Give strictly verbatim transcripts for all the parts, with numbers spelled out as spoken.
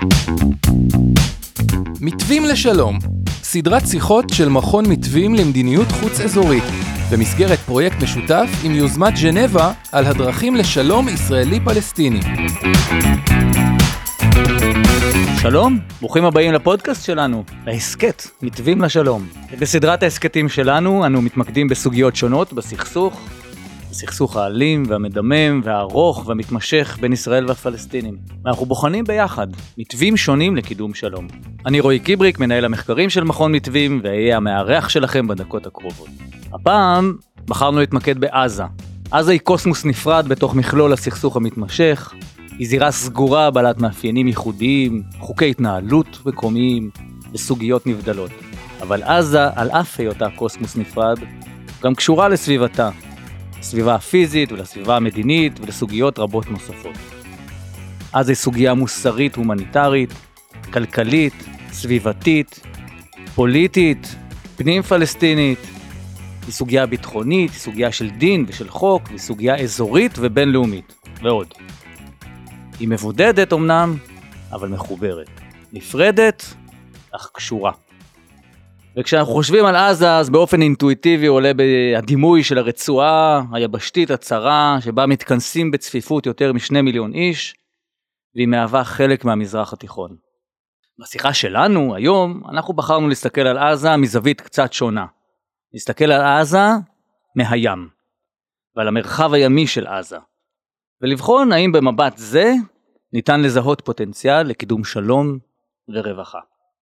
מתווים לשלום, סדרת שיחות של מכון מתווים למדיניות חוץ אזורית, במסגרת פרויקט משותף עם יוזמת ז'נבה על הדרכים לשלום ישראלי-פלסטיני. שלום, ברוכים הבאים לפודקאסט שלנו, להסקט, מתווים לשלום. בסדרת ההסקטים שלנו אנו מתמקדים בסוגיות שונות בסכסוך, הסכסוך האלים והמדמם והארוך והמתמשך בין ישראל והפלסטינים. אנחנו בוחנים ביחד מתווים שונים לקידום שלום. אני רועי קיבריק, מנהל המחקרים של מכון מתווים, ואהיה המארח שלכם בדקות הקרובות. הפעם בחרנו להתמקד בעזה. עזה היא קוסמוס נפרד בתוך מכלול הסכסוך המתמשך, היא זירה סגורה בעלת מאפיינים ייחודיים, חוקי התנהלות מקומיים וסוגיות נבדלות. אבל עזה, על אף היותה קוסמוס נפרד, גם קשורה לסביבתה. לסביבה הפיזית ולסביבה המדינית ולסוגיות רבות נוספות. אז היא סוגיה מוסרית, הומניטרית, כלכלית, סביבתית, פוליטית, פנים פלסטינית, היא סוגיה ביטחונית, היא סוגיה של דין ושל חוק, היא סוגיה אזורית ובינלאומית, ועוד. היא מבודדת אמנם, אבל מחוברת. נפרדת, אך קשורה. וכשאנחנו חושבים על עזה, אז באופן אינטואיטיבי עולה בדימוי של הרצועה היבשתית הצרה, שבה מתכנסים בצפיפות יותר משני מיליון איש, והיא מהווה חלק מהמזרח התיכון. בשיחה שלנו היום, אנחנו בחרנו להסתכל על עזה מזווית קצת שונה. להסתכל על עזה מהים, ועל המרחב הימי של עזה. ולבחון האם במבט זה ניתן לזהות פוטנציאל לקידום שלום ורווחה.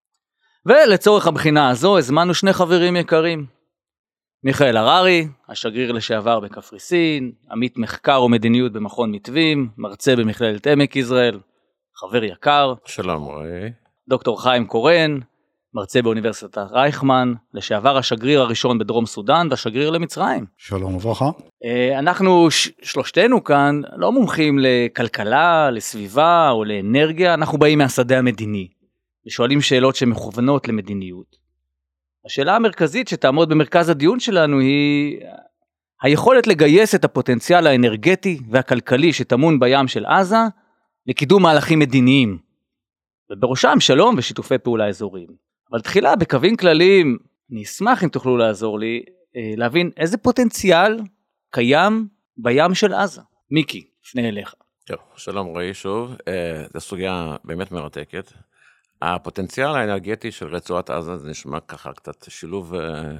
ולצורך הבחינה הזו הזמנו שני חברים יקרים. מיכאל הררי, השגריר לשעבר בקפריסין, עמית מחקר ומדיניות במכון מתווים, מרצה במכללת עמק יזרעאל, חבר יקר. שלום רועי. דוקטור חיים קורן, מרצה באוניברסיטת רייכמן, לשעבר השגריר הראשון בדרום סודן והשגריר למצרים. שלום וברכה. אנחנו ש- שלושתנו כאן לא מומחים לכלכלה, לסביבה או לאנרגיה, אנחנו באים מהשדה המדיני. ושואלים שאלות שמכוונות למדיניות. השאלה המרכזית שתעמוד במרכז הדיון שלנו היא היכולת לגייס את הפוטנציאל האנרגטי והכלכלי שטמון בים של עזה לקידום מהלכים מדיניים, ובראשם שלום ושיתופי פעולה אזוריים. אבל תחילה בקווים כלליים, אני אשמח אם תוכלו לעזור לי להבין איזה פוטנציאל קיים בים של עזה. מיקי, לפני אליך. טוב, שלום רועי שוב, זו סוגיה באמת מרתקת. הפוטנציאל האנרגטי של רצועת עזה, זה נשמע ככה קצת שילוב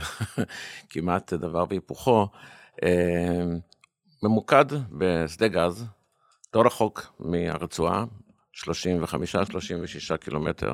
כמעט דבר והיפוכו, ממוקד בשדה גז, לא רחוק מהרצועה, שלושים וחמישה שלושים ושישה קילומטר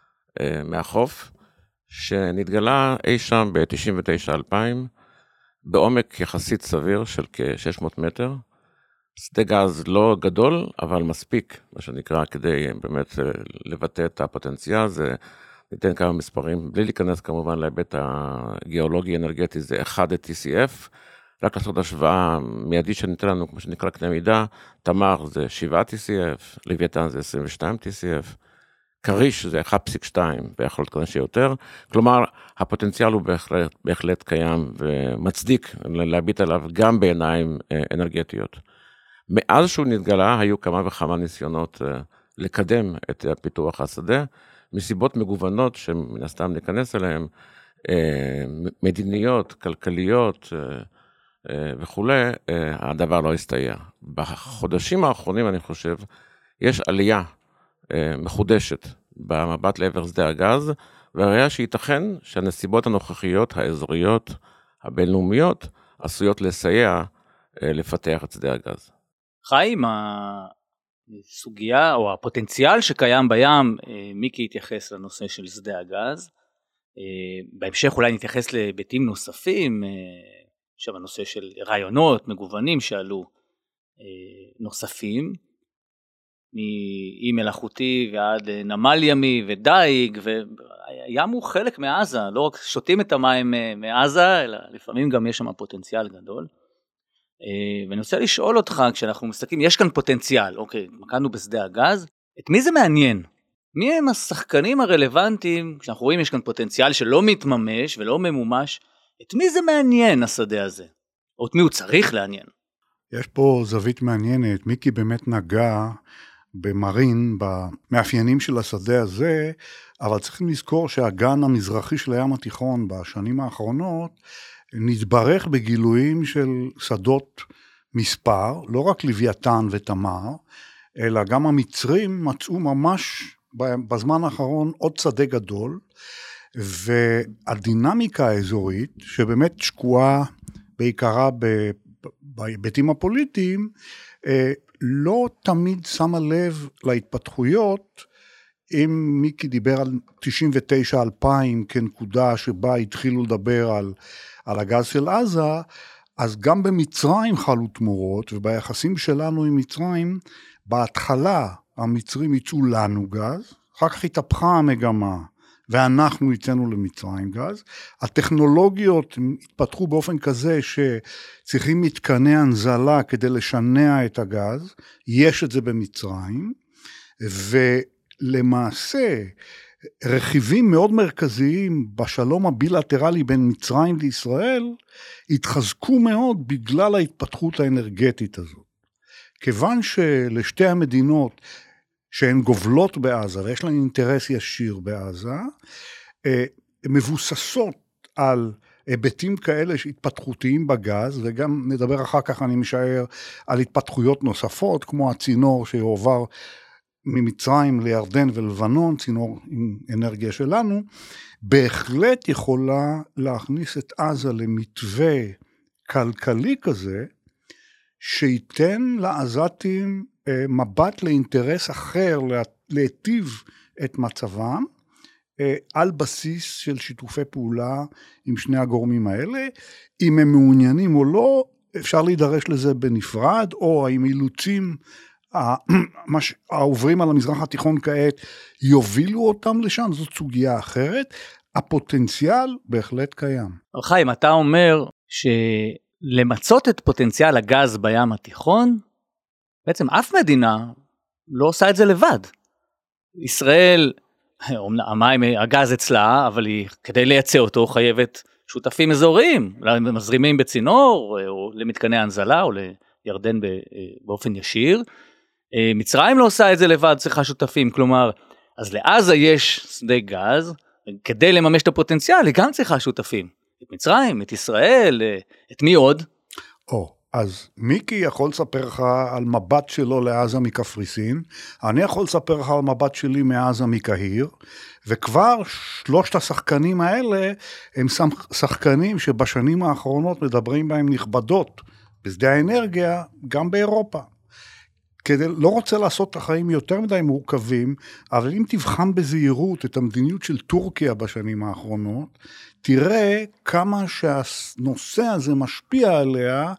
מהחוף, שנתגלה אי שם ב-תשעים ותשע אלפיים, בעומק יחסית סביר של כ-שש מאות מטר, שדה גז לא גדול, אבל מספיק, מה שנקרא, כדי באמת לבטא את הפוטנציאל. זה ניתן כמה מספרים, בלי להיכנס כמובן להיבט הגיאולוגי-אנרגטי, זה אחד טי סי אף, רק לעשות השוואה מיידית שניתן לנו, כמו שנקרא קנה מידה, תמר זה שבעה טי סי אף, לוויתן זה עשרים ושתיים טי סי אף, קריש זה אחד נקודה שתיים, ויכול להיות כנראה שיותר, כלומר, הפוטנציאל הוא בהחלט, בהחלט קיים, ומצדיק להביט עליו גם בעיניים אנרגטיות. מאז שהוא נתגלה, היו כמה וכמה ניסיונות לקדם את פיתוח השדה, מסיבות מגוונות שמן הסתם ניכנס אליהן, מדיניות, כלכליות וכו', הדבר לא הסתייע. בחודשים האחרונים, אני חושב, יש עלייה מחודשת במבט לעבר שדה הגז, והראיה שייתכן שהנסיבות הנוכחיות, האזוריות, הבינלאומיות, עשויות לסייע לפתח את שדה הגז. חיים, הסוגיה או הפוטנציאל שקיים בים, מיקי התייחס לנושא של שדה הגז, בהמשך אולי נתייחס להיבטים נוספים, עכשיו הנושא של רעיונות מגוונים שעלו נוספים, מאי מלאכותי ועד נמל ימי ודייג, וים הוא חלק מעזה, לא רק שותים את המים מעזה, אלא לפעמים גם יש שם פוטנציאל גדול. ואני רוצה לשאול אותך, כשאנחנו מסתכלים, יש כאן פוטנציאל, אוקיי, מקדנו בשדה הגז, את מי זה מעניין? מי הם השחקנים הרלוונטיים, כשאנחנו רואים יש כאן פוטנציאל שלא מתממש ולא ממומש, את מי זה מעניין השדה הזה? או את מי הוא צריך לעניין? יש פה זווית מעניינת, מיקי באמת נגע במרין, במאפיינים של השדה הזה, אבל צריכים לזכור שהאגן המזרחי של הים התיכון בשנים האחרונות, נתברך בגילויים של שדות מספר, לא רק לוויתן ותמר, אלא גם המצרים מצאו ממש בזמן האחרון עוד שדה גדול, והדינמיקה האזורית, שבאמת שקועה בעיקרה בהיבטים הפוליטיים, לא תמיד שמה לב להתפתחויות, אם מיקי דיבר על תשעים ותשע אלפיים כנקודה שבה התחילו לדבר על, על הגז של עזה, אז גם במצרים חלו תמורות, וביחסים שלנו עם מצרים, בהתחלה המצרים ייצאו לנו גז, אחר כך התהפכה המגמה, ואנחנו ייצאנו למצרים גז. הטכנולוגיות התפתחו באופן כזה שצריכים מתקני הנזלה כדי לשנע את הגז, יש את זה במצרים, ולמעשה רכיבים מאוד מרכזיים בשלום הבילטרלי בין מצרים לישראל, התחזקו מאוד בגלל ההתפתחות האנרגטית הזאת. כיוון שלשתי המדינות שהן גובלות בעזה, ויש להן אינטרס ישיר בעזה, מבוססות על היבטים כאלה שהתפתחותיים בגז, וגם נדבר אחר כך, אני משער, על התפתחויות נוספות, כמו הצינור שהועבר ממצרים לירדן ולבנון, צינור עם אנרגיה שלנו, בהחלט יכולה להכניס את עזה למתווה כלכלי כזה, שייתן לעזתים מבט לאינטרס אחר, להיטיב את מצבם, על בסיס של שיתופי פעולה עם שני הגורמים האלה. אם הם מעוניינים או לא, אפשר להידרש לזה בנפרד, או האם אילוצים העוברים על המזרח התיכון כעת יובילו אותם לשם, זאת סוגיה אחרת. הפוטנציאל בהחלט קיים. חיים, אתה אומר שלמצות את פוטנציאל הגז בים התיכון, בעצם אף מדינה לא עושה את זה לבד. ישראל, המים, הגז אצלה, אבל היא, כדי לייצא אותו, חייבת שותפים אזוריים, מזרימים בצינור, או למתקני הנזלה, או לירדן באופן ישיר. מצרים לא עושה את זה לבד, צריכה שותפים, כלומר, אז לעזה יש שדה גז, כדי לממש את הפוטנציאל, היא גם צריכה שותפים. את מצרים, את ישראל, את מי עוד? או, אז מיקי יכול לספר לך על מבט שלו לעזה מקפריסין, אני יכול לספר לך על מבט שלי מעזה מקהיר, וכבר שלושת השחקנים האלה, הם שחקנים שבשנים האחרונות מדברים בהם נכבדות, בשדה האנרגיה, גם באירופה. כדי, לא רוצה לעשות את החיים יותר מדי מורכבים, אבל אם תבחן בזהירות את המדיניות של טורקיה בשנים האחרונות, תראה כמה שהנושא הזה משפיע עליה,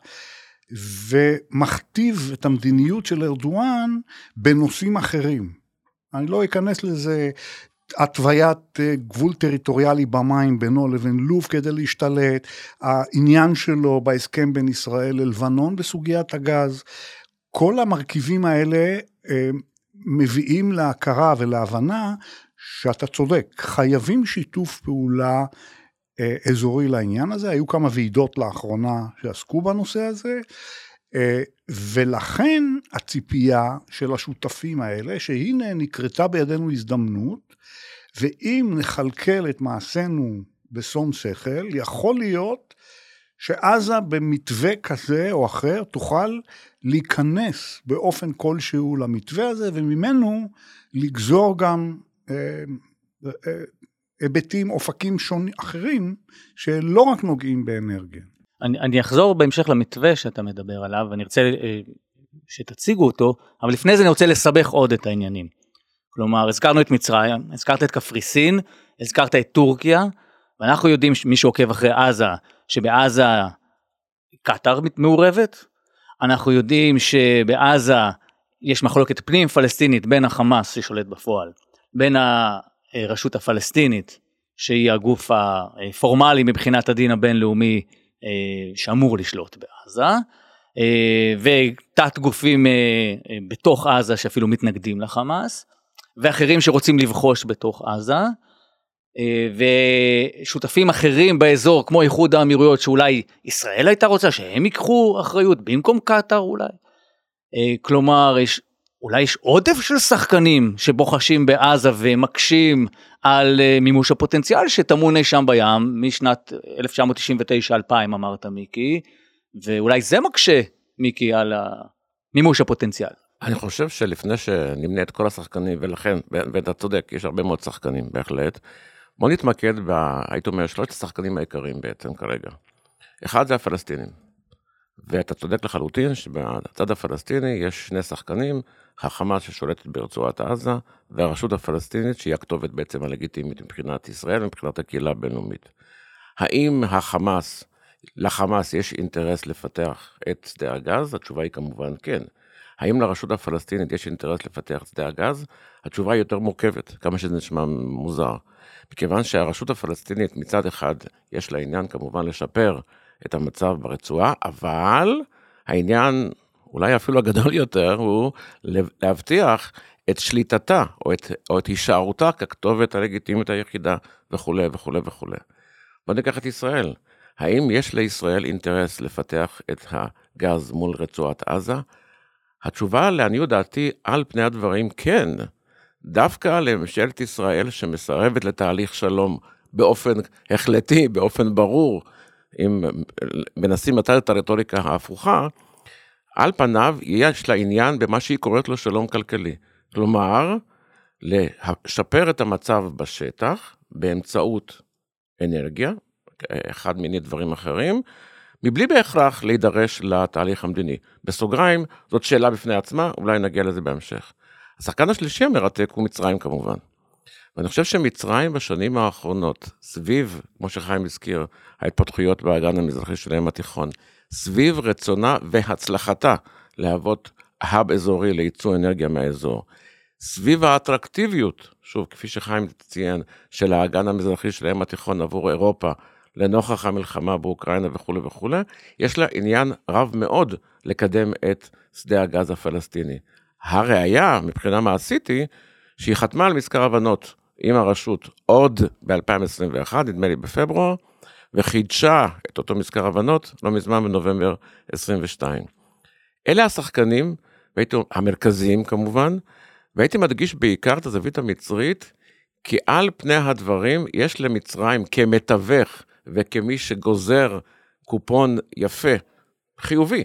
ומכתיב את המדיניות של ארדואן בנושאים אחרים. אני לא אכנס לזה התוויית גבול טריטוריאלי במים בינו לבין לוב כדי להשתלט, העניין שלו בהסכם בין ישראל ללבנון בסוגיית הגז, כל המרכיבים האלה מביאים להכרה ולהבנה שאתה צודק, חייבים שיתוף פעולה אזורי לעניין הזה, היו כמה ועידות לאחרונה שעסקו בנושא הזה, ולכן הציפייה של השותפים האלה, שהנה נקרתה בידינו הזדמנות, ואם נחלקל את מעשינו בשום שכל, יכול להיות שעזה במתווה כזה או אחר תוכל להיכנס באופן כלשהו למתווה הזה, וממנו לגזור גם אה, אה, היבטים, אופקים שונים אחרים, שלא רק נוגעים באנרגיה. אני, אני אחזור בהמשך למתווה שאתה מדבר עליו, ואני רוצה אה, שתציגו אותו, אבל לפני זה אני רוצה לסבך עוד את העניינים. כלומר, הזכרנו את מצרים, הזכרת את קפריסין, הזכרת את טורקיה, ואנחנו יודעים, מי שעוקב אחרי עזה, שבעזה קטר מעורבת, אנחנו יודעים שבעזה יש מחלוקת פנים פלסטינית בין החמאס ששולט בפועל, בין הרשות הפלסטינית, שהיא הגוף הפורמלי מבחינת הדין הבינלאומי שאמור לשלוט בעזה, ותת גופים בתוך עזה שאפילו מתנגדים לחמאס, ואחרים שרוצים לבחוש בתוך עזה, ושותפים אחרים באזור כמו איחוד האמירויות שאולי ישראל הייתה רוצה שהם ייקחו אחריות במקום קטר אולי. כלומר יש אולי יש עודף של שחקנים שבוחשים בעזה ומקשים על מימוש הפוטנציאל שטמון אי שם בים משנת אלף תשע מאות תשעים ותשע אלפיים אמרת מיקי, ואולי זה מקשה מיקי על מימוש הפוטנציאל. אני חושב שלפני שנמנה את כל השחקנים, ולכן, ואתה צודק, יש הרבה מאוד שחקנים בהחלט, בוא נתמקד, היית אומר, שלושת השחקנים העיקריים בעצם כרגע. אחד זה הפלסטינים, ואתה צודק לחלוטין שבצד הפלסטיני יש שני שחקנים, החמאס ששולטת ברצועת עזה, והרשות הפלסטינית שהיא הכתובת בעצם הלגיטימית מבחינת ישראל ומבחינת הקהילה הבינלאומית. האם החמאס, לחמאס יש אינטרס לפתח את שדה הגז? התשובה היא כמובן כן. האם לרשות הפלסטינית יש אינטרס לפתח את שדה הגז? התשובה היא יותר מורכבת, כמה שזה נשמע מוזר. מכיוון שהרשות הפלסטינית מצד אחד יש לה עניין כמובן לשפר את המצב ברצועה, אבל העניין אולי אפילו הגדול יותר הוא להבטיח את שליטתה או את, או את הישארותה ככתובת הלגיטימית היחידה וכו' וכו' וכו'. בוא ניקח את ישראל. האם יש לישראל אינטרס לפתח את הגז מול רצועת עזה? התשובה לעניות דעתי על פני הדברים כן. דווקא לממשלת ישראל שמסרבת לתהליך שלום באופן החלטי, באופן ברור, אם מנסים לתת את הרטוריקה ההפוכה, על פניו יש לה עניין במה שהיא קוראת לו שלום כלכלי. כלומר, לשפר את המצב בשטח באמצעות אנרגיה, אחד מיני דברים אחרים, מבלי בהכרח להידרש לתהליך המדיני. בסוגריים, זאת שאלה בפני עצמה, אולי נגיע לזה בהמשך. השחקן השלישי המרתק הוא מצרים כמובן. ואני חושב שמצרים בשנים האחרונות, סביב, כמו שחיים הזכיר, ההתפתחויות באגן המזרחי של הים התיכון, סביב רצונה והצלחתה להוות האב אזורי לייצוא אנרגיה מהאזור, סביב האטרקטיביות, שוב, כפי שחיים ציין, של האגן המזרחי של הים התיכון עבור אירופה, לנוכח המלחמה באוקראינה וכו' וכו', יש לה עניין רב מאוד לקדם את שדה הגז הפלסטיני. הראיה, מבחינה מעשית היא, שהיא חתמה על מזכר הבנות עם הרשות עוד ב-אלפיים עשרים ואחת, נדמה לי בפברואר, וחידשה את אותו מזכר הבנות, לא מזמן בנובמבר עשרים ושתיים. אלה השחקנים, והייתי, המרכזיים כמובן, והייתי מדגיש בעיקר את הזווית המצרית, כי על פני הדברים יש למצרים כמתווך, וכמי שגוזר קופון יפה, חיובי,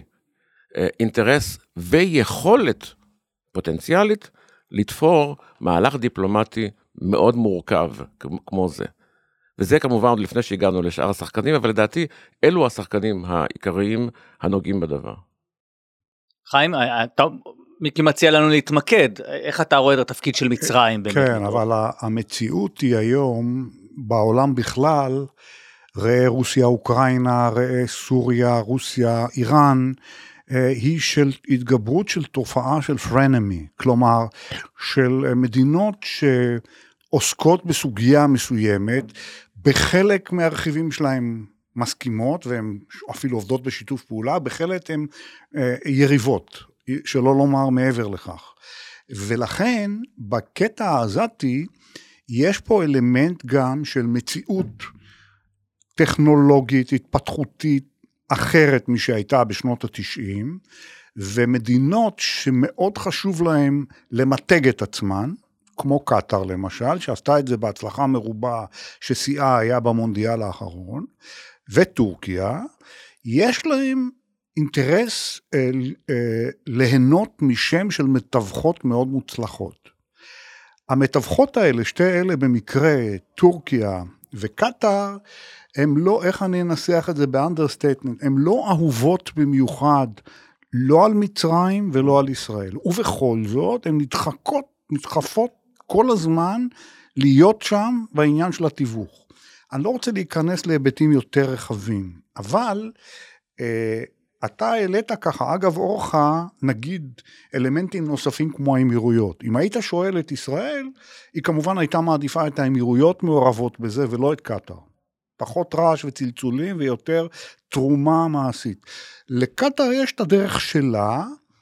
אינטרס ויכולת פוטנציאלית, לתפור מהלך דיפלומטי מאוד מורכב כמו זה. וזה כמובן עוד לפני שהגענו לשאר השחקנים, אבל לדעתי אלו השחקנים העיקריים הנוגעים בדבר. חיים, אתה מיקי מציע לנו להתמקד, איך אתה רואה את התפקיד של מצרים? כן, אבל המציאות היא היום בעולם בכלל, ראה רוסיה, אוקראינה, ראה סוריה, רוסיה, איראן, היא של התגברות של תופעה של פרנמי, כלומר של מדינות שעוסקות בסוגיה מסוימת, בחלק מהרכיבים שלהם מסכימות, והן אפילו עובדות בשיתוף פעולה, בחלק הן יריבות, שלא לומר מעבר לכך. ולכן בקטע העזתי, יש פה אלמנט גם של מציאות טכנולוגית, התפתחותית, אחרת משהייתה בשנות התשעים, ומדינות שמאוד חשוב להם למתג את עצמן, כמו קטר למשל, שעשתה את זה בהצלחה מרובה, ששיאה היה במונדיאל האחרון, וטורקיה, יש להם אינטרס אה, אה, ליהנות משם של מתווכות מאוד מוצלחות. המתווכות האלה, שתי אלה במקרה, טורקיה וקטר, הם לא, איך אני אנסח את זה באנדרסטייטמנט, הם לא אהובות במיוחד, לא על מצרים ולא על ישראל. ובכל זאת, הן נדחקות, נדחפות כל הזמן להיות שם בעניין של התיווך. אני לא רוצה להיכנס להיבטים יותר רחבים, אבל אה, אתה העלית ככה, אגב אורחה, נגיד אלמנטים נוספים כמו האמירויות. אם היית שואל את ישראל, היא כמובן הייתה מעדיפה את האמירויות מעורבות בזה ולא את קטר. פחות רעש וצלצולים ויותר תרומה מעשית. לקטר יש את הדרך שלה,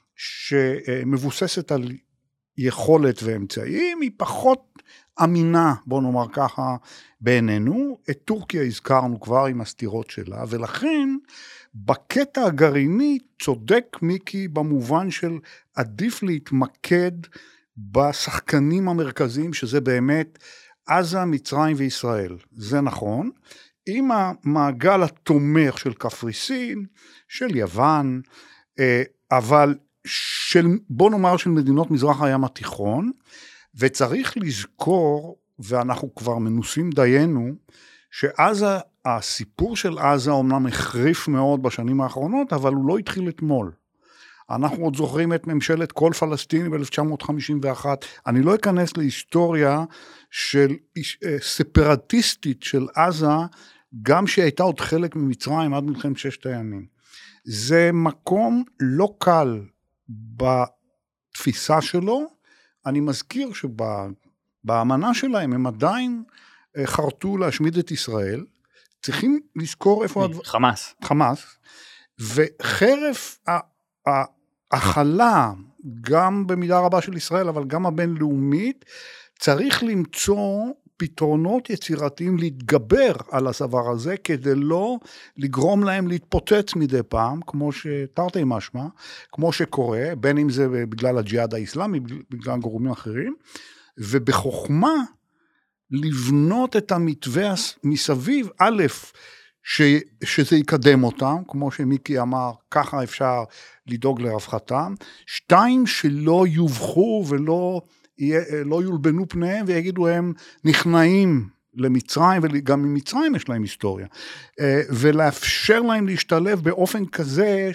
שמבוססת על יכולת ואמצעים, היא פחות אמינה, בוא נאמר ככה, בעינינו. את טורקיה הזכרנו כבר עם הסתירות שלה, ולכן בקטע הגרעיני צודק מיקי במובן של עדיף להתמקד בשחקנים המרכזיים, שזה באמת עזה, מצרים וישראל. זה נכון. עם המעגל התומך של קפריסין, של יוון, אבל של, בוא נאמר של מדינות מזרח הים התיכון, וצריך לזכור, ואנחנו כבר מנוסים דיינו, שעזה, הסיפור של עזה אומנם החריף מאוד בשנים האחרונות, אבל הוא לא התחיל אתמול. אנחנו עוד זוכרים את ממשלת כל פלסטין ב-אלף תשע מאות חמישים ואחת, אני לא אכנס להיסטוריה של ספרטיסטית של עזה, גם שהייתה עוד חלק ממצרים עד מלחמת ששת הימים. זה מקום לא קל בתפיסה שלו, אני מזכיר שבאמנה שלהם הם עדיין חרטו להשמיד את ישראל, צריכים לזכור איפה... חמאס. חמאס, וחרף ההכלה, גם במידה רבה של ישראל, אבל גם הבינלאומית, צריך למצוא פתרונות יצירתיים להתגבר על הסבר הזה, כדי לא לגרום להם להתפוצץ מדי פעם, כמו שתרתי משמע, כמו שקורה, בין אם זה בגלל הג'יהאד האסלאמי, בגלל גורמים אחרים, ובחוכמה לבנות את המתווה מסביב, א', ש, שזה יקדם אותם, כמו שמיקי אמר, ככה אפשר לדאוג לרווחתם, שתיים, שלא יובכו ולא לא יולבנו פניהם ויגידו הם נכנעים למצרים, וגם ממצרים יש להם היסטוריה, ולאפשר להם להשתלב באופן כזה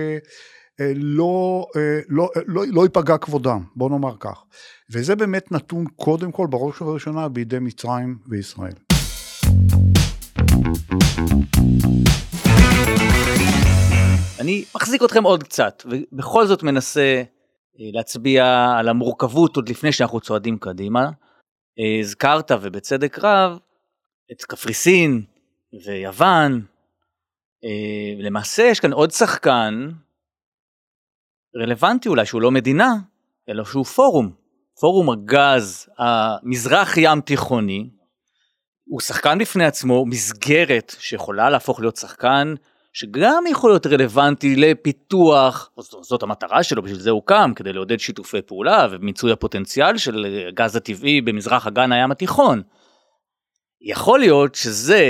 שלא לא, לא, לא ייפגע כבודם, בוא נאמר כך. וזה באמת נתון קודם כל בראש ובראשונה בידי מצרים וישראל. אני מחזיק אתכם עוד קצת, ובכל זאת מנסה להצביע על המורכבות עוד לפני שאנחנו צועדים קדימה. הזכרת ובצדק רב את קפריסין ויוון, למעשה יש כאן עוד שחקן רלוונטי אולי שהוא לא מדינה, אלא שהוא פורום, פורום הגז המזרח ים תיכוני, הוא שחקן בפני עצמו, מסגרת שיכולה להפוך להיות שחקן, שגם יכול להיות רלוונטי לפיתוח, זאת המטרה שלו, בשביל זה הוא קם, כדי לעודד שיתופי פעולה, ומיצוי הפוטנציאל של גז הטבעי במזרח אגן הים התיכון. יכול להיות שזה,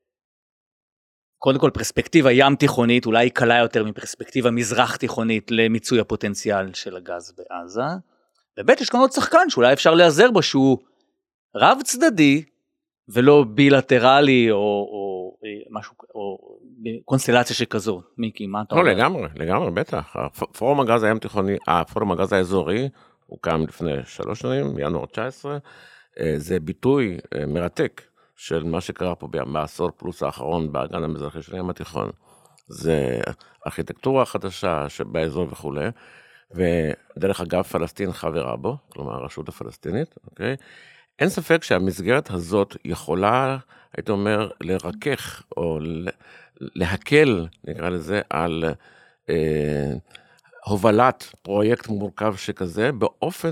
קודם כל פרספקטיבה ים תיכונית, אולי קלה יותר מפרספקטיבה מזרח תיכונית, למיצוי הפוטנציאל של הגז בעזה, ובית יש כאן עוד שחקן, שאולי אפשר להיעזר בו, שהוא רב צדדי, ולא בילטרלי, או, או משהו, או קונסטלציה שכזו. מיקי, מה אתה אומר? לא, לגמרי, לגמרי, בטח. פורום הגז הים תיכוני, הפורום הגז האזורי, הוא קם לפני שלוש שנים, ינואר תשע עשרה, זה ביטוי מרתק של מה שקרה פה בעשור פלוס האחרון באגן המזרחי של הים התיכון. זה ארכיטקטורה חדשה שבאזור וכו', ודרך אגב פלסטין חברה בו, כלומר הרשות הפלסטינית, אוקיי? אין ספק שהמסגרת הזאת יכולה, הייתי אומר, לרכך או להקל, נקרא לזה, על אה, הובלת פרויקט מורכב שכזה, באופן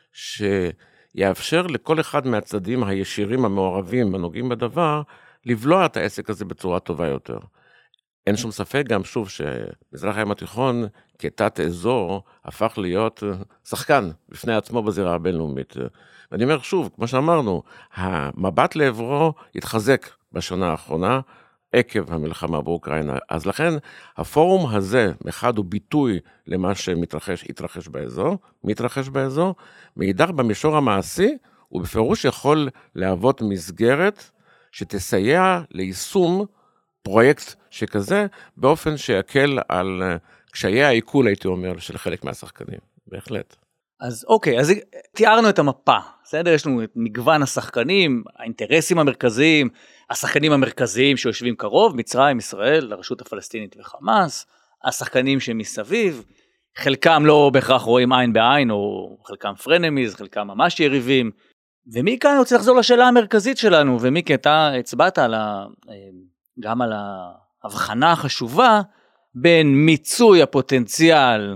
שיאפשר לכל אחד מהצדדים הישירים המעורבים, הנוגעים בדבר, לבלוע את העסק הזה בצורה טובה יותר. אין שום ספק גם שוב שמזרח הים התיכון כתת אזור הפך להיות שחקן בפני עצמו בזירה הבינלאומית. ואני אומר שוב, כמו שאמרנו, המבט לעברו התחזק בשנה האחרונה עקב המלחמה באוקראינה. אז לכן הפורום הזה, אחד הוא ביטוי למה שמתרחש, התרחש באזור, מתרחש באזור, מאידך במישור המעשי, הוא בפירוש יכול להוות מסגרת שתסייע ליישום פרויקט שכזה, באופן שיקל על קשיי העיכול, הייתי אומר, של חלק מהשחקנים. בהחלט. אז אוקיי, אז תיארנו את המפה, בסדר? יש לנו את מגוון השחקנים, האינטרסים המרכזיים, השחקנים המרכזיים שיושבים קרוב, מצרים, ישראל, הרשות הפלסטינית וחמאס, השחקנים שמסביב, חלקם לא בהכרח רואים עין בעין, או חלקם פרנמיז, חלקם ממש יריבים, ומכאן אני רוצה לחזור לשאלה המרכזית שלנו, ומיקי, אתה הצבעת על ה... גם על ההבחנה החשובה, בין מיצוי הפוטנציאל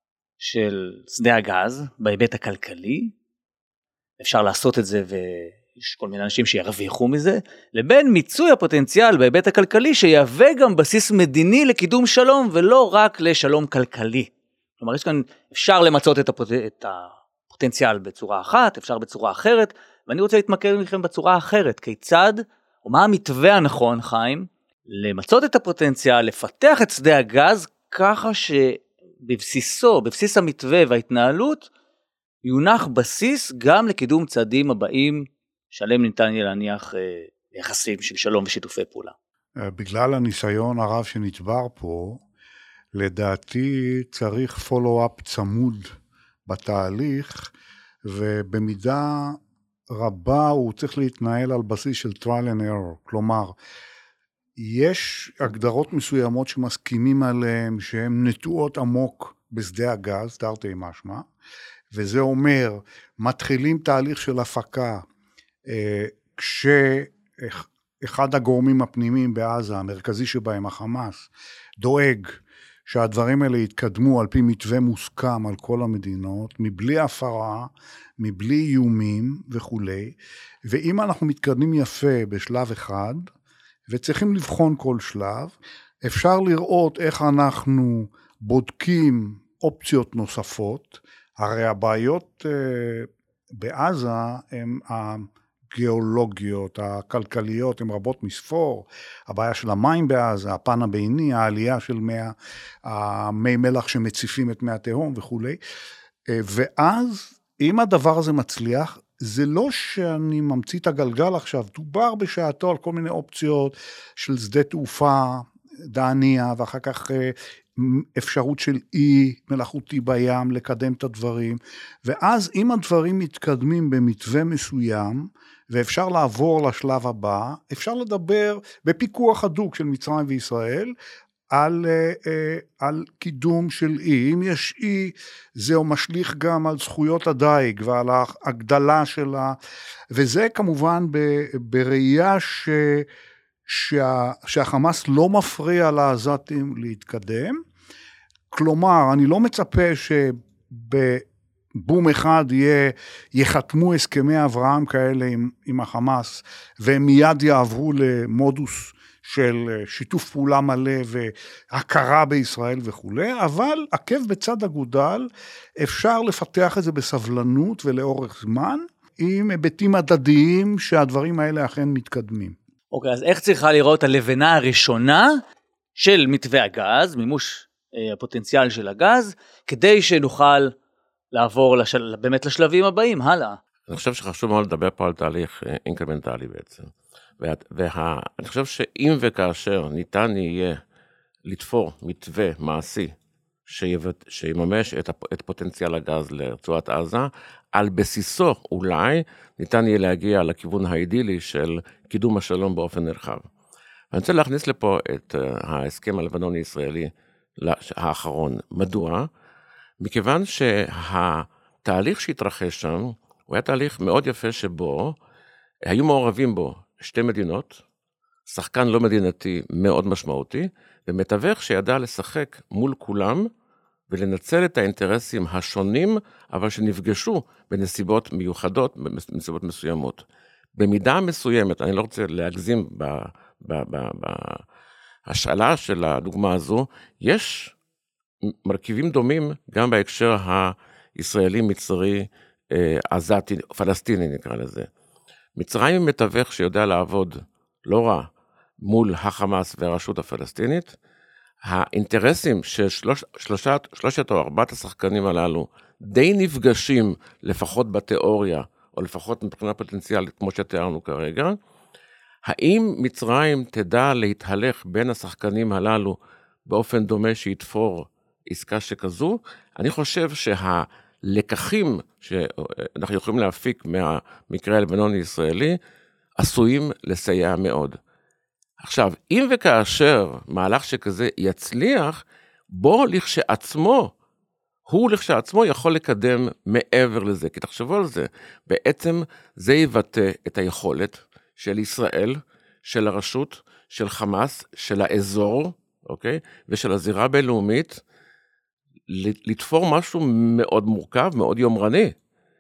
של שדה הגז, בהיבט הכלכלי, אפשר לעשות את זה יש כל מיני אנשים שירוויחו מזה, לבין מיצוי הפוטנציאל בהיבט הכלכלי, שיהווה גם בסיס מדיני לקידום שלום, ולא רק לשלום כלכלי. כלומר, יש כאן, אפשר למצות את, הפוט... את הפוטנציאל בצורה אחת, אפשר בצורה אחרת, ואני רוצה להתמקד מכם בצורה אחרת, כיצד, או מה המתווה הנכון, חיים, למצות את הפוטנציאל, לפתח את שדה הגז, ככה שבבסיסו, בבסיס המתווה וההתנהלות, יונח בסיס גם לקידום צעדים הבאים, שעליהם ניתן יהיה להניח אה, יחסים של שלום ושיתופי פעולה. בגלל הניסיון הרב שנצבר פה, לדעתי צריך פולו-אפ צמוד בתהליך, ובמידה רבה הוא צריך להתנהל על בסיס של trial and error, כלומר, יש הגדרות מסוימות שמסכימים עליהן, שהן נטועות עמוק בשדה הגז, תרתי משמע, וזה אומר, מתחילים תהליך של הפקה, כשאחד הגורמים הפנימיים בעזה, המרכזי שבהם, החמאס, דואג שהדברים האלה יתקדמו על פי מתווה מוסכם על כל המדינות, מבלי הפרה, מבלי איומים וכו'. ואם אנחנו מתקדמים יפה בשלב אחד, וצריכים לבחון כל שלב, אפשר לראות איך אנחנו בודקים אופציות נוספות, הרי הבעיות בעזה הן הגיאולוגיות, הכלכליות, הן רבות מספור, הבעיה של המים בעזה, הפן הביני, העלייה של מי מלח שמציפים את מי התהום וכו'. ואז אם הדבר הזה מצליח, זה לא שאני ממציא את הגלגל עכשיו, דובר בשעתו על כל מיני אופציות של שדה תעופה, דניה, ואחר כך אפשרות של אי מלאכותי בים, לקדם את הדברים, ואז אם הדברים מתקדמים במתווה מסוים, ואפשר לעבור לשלב הבא, אפשר לדבר בפיקוח הדוק של מצרים וישראל, על, על קידום של אי. אם יש אי, זהו משליך גם על זכויות הדייג, ועל ההגדלה שלה, וזה כמובן בראייה ש... שה, שהחמאס לא מפריע לעזתים להתקדם, כלומר, אני לא מצפה שבבום אחד יהיה, יחתמו הסכמי אברהם כאלה עם, עם החמאס, והם מיד יעברו למודוס של שיתוף פעולה מלא והכרה בישראל וכו', אבל עקב בצד אגודל, אפשר לפתח את זה בסבלנות ולאורך זמן, עם היבטים הדדיים שהדברים האלה אכן מתקדמים. אוקיי, אז איך צריכה לראות הלבנה הראשונה של מתווה הגז, מימוש אה, הפוטנציאל של הגז, כדי שנוכל לעבור לשל... באמת לשלבים הבאים, הלאה. אני חושב שחשוב מאוד לדבר פה על תהליך אה, אינקרמנטלי בעצם. וה... וה... אני חושב שאם וכאשר ניתן יהיה לתפור מתווה מעשי, שיבט... שיממש את, הפ... את פוטנציאל הגז לרצועת עזה, על בסיסו אולי ניתן יהיה להגיע לכיוון האידילי של קידום השלום באופן נרחב. אני רוצה להכניס לפה את ההסכם הלבנוני-ישראלי האחרון. מדוע? מכיוון שהתהליך שהתרחש שם, הוא היה תהליך מאוד יפה שבו, היו מעורבים בו שתי מדינות, שחקן לא מדינתי מאוד משמעותי, ומתווך שידע לשחק מול כולם, ולנצל את האינטרסים השונים, אבל שנפגשו בנסיבות מיוחדות, בנסיבות מסוימות. במידה מסוימת, אני לא רוצה להגזים בהשאלה של הדוגמה הזו, יש מרכיבים דומים גם בהקשר הישראלי, מצרי, עזתי, פלסטיני נקרא לזה. מצרים מתווך שיודע לעבוד לא רע מול החמאס והרשות הפלסטינית, האינטרסים של שלוש, שלושת, שלושת או ארבעת השחקנים הללו די נפגשים לפחות בתיאוריה, או לפחות מבחינה פוטנציאלית, כמו שתיארנו כרגע. האם מצרים תדע להתהלך בין השחקנים הללו באופן דומה שיתפור עסקה שכזו? אני חושב שהלקחים שאנחנו יכולים להפיק מהמקרה הלבנוני-ישראלי, עשויים לסייע מאוד. עכשיו, אם וכאשר מהלך שכזה יצליח, בו לכשעצמו, הוא לכשעצמו יכול לקדם מעבר לזה, כי תחשבו על זה, בעצם זה יבטא את היכולת של ישראל, של הרשות, של חמאס, של האזור, אוקיי? ושל הזירה הבינלאומית, לתפור משהו מאוד מורכב, מאוד יומרני.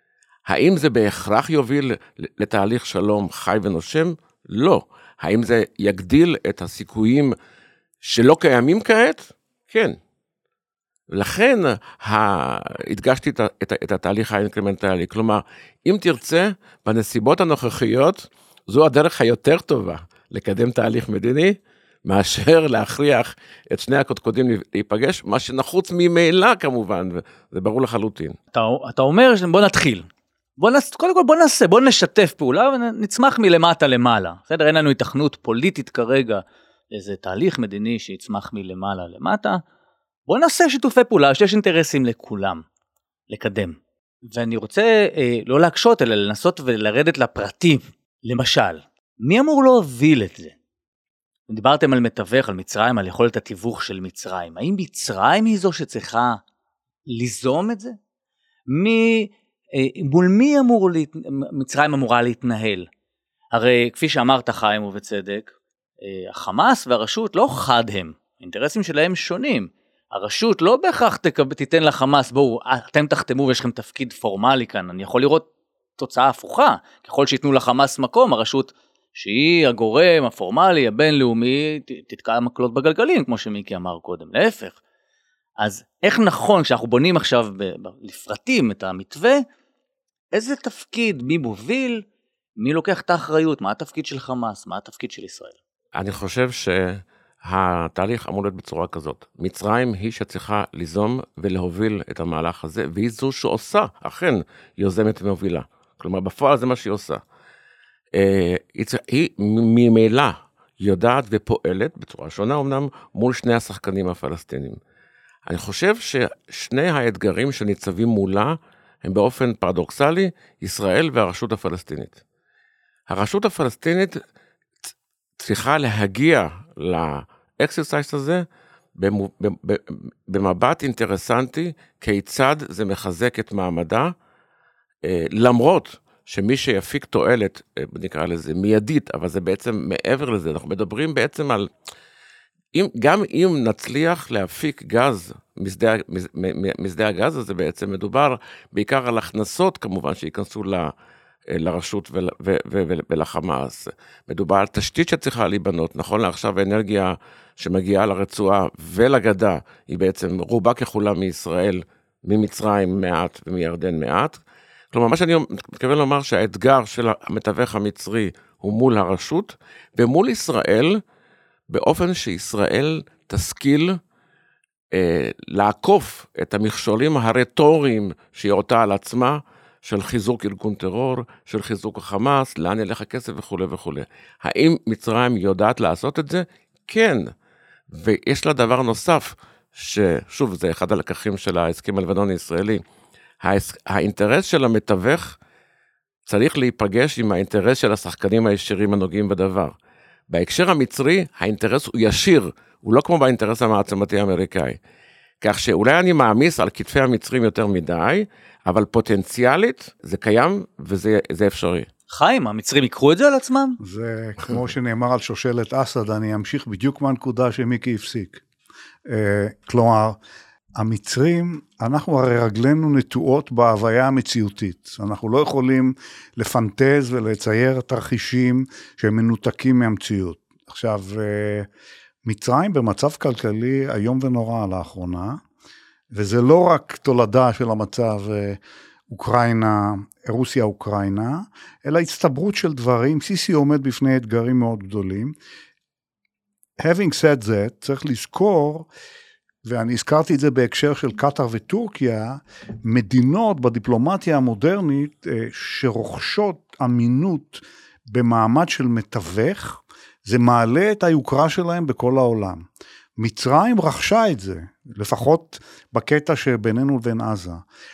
האם זה בהכרח יוביל לתהליך שלום חי ונושם? לא. האם זה יגדיל את הסיכויים שלא קיימים כעת? כן. לכן הדגשתי את, את, את התהליך האינקרמנטלי. כלומר, אם תרצה, בנסיבות הנוכחיות, זו הדרך היותר טובה לקדם תהליך מדיני, מאשר להכריח את שני הקודקודים להיפגש, מה שנחוץ ממילא כמובן, וזה ברור לחלוטין. אתה, אתה אומר, בוא נתחיל. בוא נס, קודם כל בוא נעשה, בוא נשתף פעולה ונצמח מלמטה למעלה. בסדר, אין לנו התכנות פוליטית כרגע, איזה תהליך מדיני שיצמח מלמעלה למטה. בוא נעשה שיתופי פעולה, שיש אינטרסים לכולם, לקדם. ואני רוצה אה, לא להקשות, אלא לנסות ולרדת לפרטים. למשל, מי אמור להוביל את זה? דיברתם על מתווך, על מצרים, על יכולת התיווך של מצרים. האם מצרים היא זו שצריכה ליזום את זה? מי, מול מי אמור, מצרים אמורה להתנהל? הרי כפי שאמרת חיים ובצדק, החמאס והרשות לא חד הם, האינטרסים שלהם שונים. הרשות לא בהכרח תיתן לחמאס, בואו, אתם תחתמו ויש לכם תפקיד פורמלי כאן, אני יכול לראות תוצאה הפוכה, ככל שיתנו לחמאס מקום, הרשות שהיא הגורם הפורמלי, הבינלאומי, תתקע מקלות בגלגלים, כמו שמיקי אמר קודם, להפך. אז איך נכון, כשאנחנו בונים עכשיו לפרטים את המתווה, איזה תפקיד, מי מוביל, מי לוקח את האחריות, מה התפקיד של חמאס, מה התפקיד של ישראל? אני חושב שהתהליך אמור להיות בצורה כזאת. מצרים היא שצריכה ליזום ולהוביל את המהלך הזה, והיא זו שעושה, אכן יוזמת ומובילה. כלומר, בפועל זה מה שהיא עושה. היא ממילא יודעת ופועלת בצורה שונה אמנם מול שני השחקנים הפלסטינים. אני חושב ששני האתגרים שניצבים מולה הם באופן פרדוקסלי ישראל והרשות הפלסטינית. הרשות הפלסטינית צריכה להגיע לאקסרסייס הזה במבט אינטרסנטי כיצד זה מחזק את מעמדה, למרות שמי שיפיק תועלת, נקרא לזה מיידית, אבל זה בעצם מעבר לזה, אנחנו מדברים בעצם על, אם, גם אם נצליח להפיק גז, משדה, משדה הגז הזה בעצם מדובר בעיקר על הכנסות כמובן שיכנסו ל, לרשות ול, ו, ו, ו, ולחמאס, מדובר על תשתית שצריכה להיבנות, נכון לעכשיו האנרגיה שמגיעה לרצועה ולגדה, היא בעצם רובה ככולה מישראל, ממצרים מעט ומירדן מעט, כלומר, מה שאני מתכוון לומר שהאתגר של המתווך המצרי הוא מול הרשות, ומול ישראל, באופן שישראל תשכיל אה, לעקוף את המכשולים הרטוריים שהיא אותה על עצמה, של חיזוק ארגון טרור, של חיזוק החמאס, לאן ילך הכסף וכו' וכו'. האם מצרים יודעת לעשות את זה? כן. ויש לה דבר נוסף, ששוב, זה אחד הלקחים של ההסכם הלבנון הישראלי, האינטרס של המתווך צריך להיפגש עם האינטרס של השחקנים הישירים הנוגעים בדבר. בהקשר המצרי, האינטרס הוא ישיר, הוא לא כמו באינטרס המעצמתי האמריקאי. כך שאולי אני מאמיס על כתפי המצרים יותר מדי, אבל פוטנציאלית זה קיים וזה זה אפשרי. חיים, המצרים יקחו את זה על עצמם? זה כמו שנאמר על שושלת אסד, אני אמשיך בדיוק מהנקודה שמיקי הפסיק. כלומר, המצרים, אנחנו הרי רגלנו נטועות בהוויה המציאותית, אנחנו לא יכולים לפנטז ולצייר תרחישים שהם מנותקים מהמציאות. עכשיו, מצרים במצב כלכלי היום ונורא לאחרונה, וזה לא רק תולדה של המצב אוקראינה, רוסיה-אוקראינה, אלא הצטברות של דברים, סיסי עומד בפני אתגרים מאוד גדולים. Having said that, צריך לזכור, ואני הזכרתי את זה בהקשר של קטר וטורקיה, מדינות בדיפלומטיה המודרנית שרוכשות אמינות במעמד של מתווך, זה מעלה את היוקרה שלהם בכל העולם. מצרים רכשה את זה, לפחות בקטע שבינינו לבין עזה.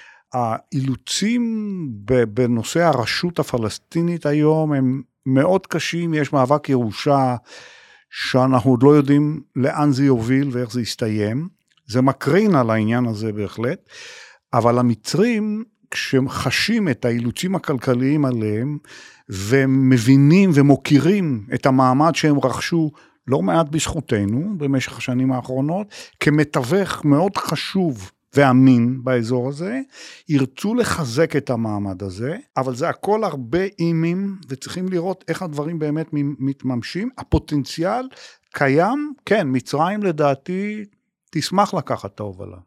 האילוצים בנושא הרשות הפלסטינית היום הם מאוד קשים, יש מאבק ירושה שאנחנו עוד לא יודעים לאן זה יוביל ואיך זה יסתיים, זה מקרין על העניין הזה בהחלט, אבל המצרים כשהם חשים את האילוצים הכלכליים עליהם, ומבינים ומוכירים את המעמד שהם רכשו לא מעט בזכותנו במשך השנים האחרונות, כמתווך מאוד חשוב והמין באזור הזה, ירצו לחזק את המעמד הזה, אבל זה הכל הרבה אימים, וצריכים לראות איך הדברים באמת מתממשים. הפוטנציאל קיים, כן, מצרים לדעתי תשמח לקחת את ההובלה.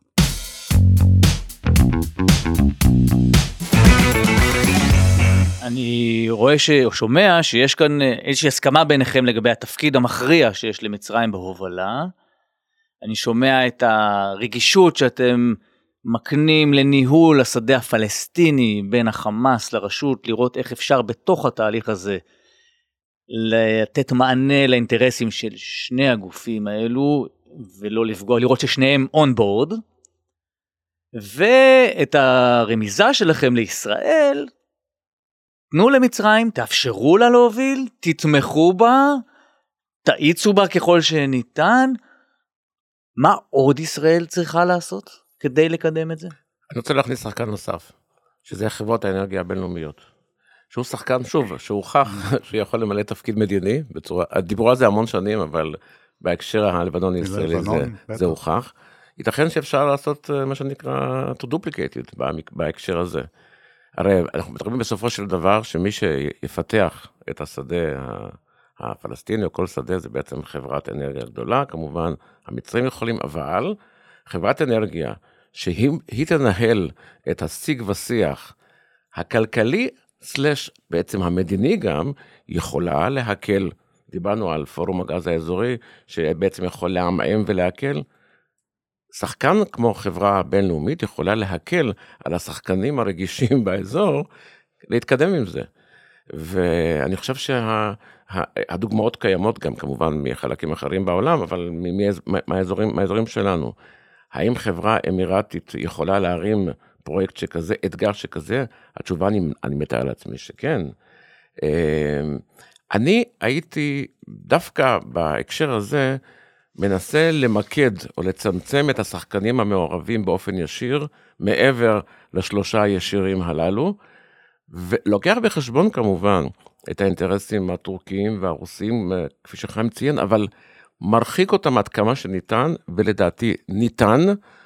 אני רואה ש... או שומע שיש כאן איזושהי הסכמה ביניכם לגבי התפקיד המכריע שיש למצרים בהובלה. אני שומע את הרגישות שאתם מקנים לניהול השדה הפלסטיני בין החמאס לרשות, לראות איך אפשר בתוך התהליך הזה לתת מענה לאינטרסים של שני הגופים האלו, ולא לפגוע, לראות ששניהם on board, ואת הרמיזה שלכם לישראל, תנו למצרים, תאפשרו לה להוביל, תתמכו בה, תאיצו בה ככל שניתן. מה עוד ישראל צריכה לעשות כדי לקדם את זה? אני רוצה להכניס שחקן נוסף, שזה חברות האנרגיה הבינלאומיות. שהוא שחקן, שוב, שהוא הוכח שיכול למלא תפקיד מדיני, בצורה, דיברו על זה המון שנים, אבל בהקשר הלבנוני ישראלי זה, זה הוכח. ייתכן שאפשר לעשות מה שנקרא to duplicate it בהקשר הזה. הרי אנחנו מתרבים בסופו של דבר שמי שיפתח את השדה הפלסטיני או כל שדה זה בעצם חברת אנרגיה גדולה, כמובן המצרים יכולים, אבל חברת אנרגיה שהיא תנהל את השיג ושיח הכלכלי סלש בעצם המדיני גם יכולה להקל, דיברנו על פורום הגז האזורי שבעצם יכול להעמעם ולהקל, שחקן כמו חברה בינלאומית יכולה להקל על השחקנים הרגישים באזור להתקדם עם זה. ואני חושב שהדוגמאות קיימות גם כמובן מחלקים אחרים בעולם, אבל מהאזורים, מהאזורים שלנו. האם חברה אמירתית יכולה להרים פרויקט שכזה, אתגר שכזה? התשובה אני, אני מתאר לעצמי שכן. אני הייתי דווקא בהקשר הזה, מנסה למקד או לצמצם את השחקנים המעורבים באופן ישיר, מעבר לשלושה הישירים הללו, ולוקח בחשבון כמובן את האינטרסים הטורקיים והרוסיים, כפי שחיים ציין, אבל מרחיק אותם עד כמה שניתן, ולדעתי ניתן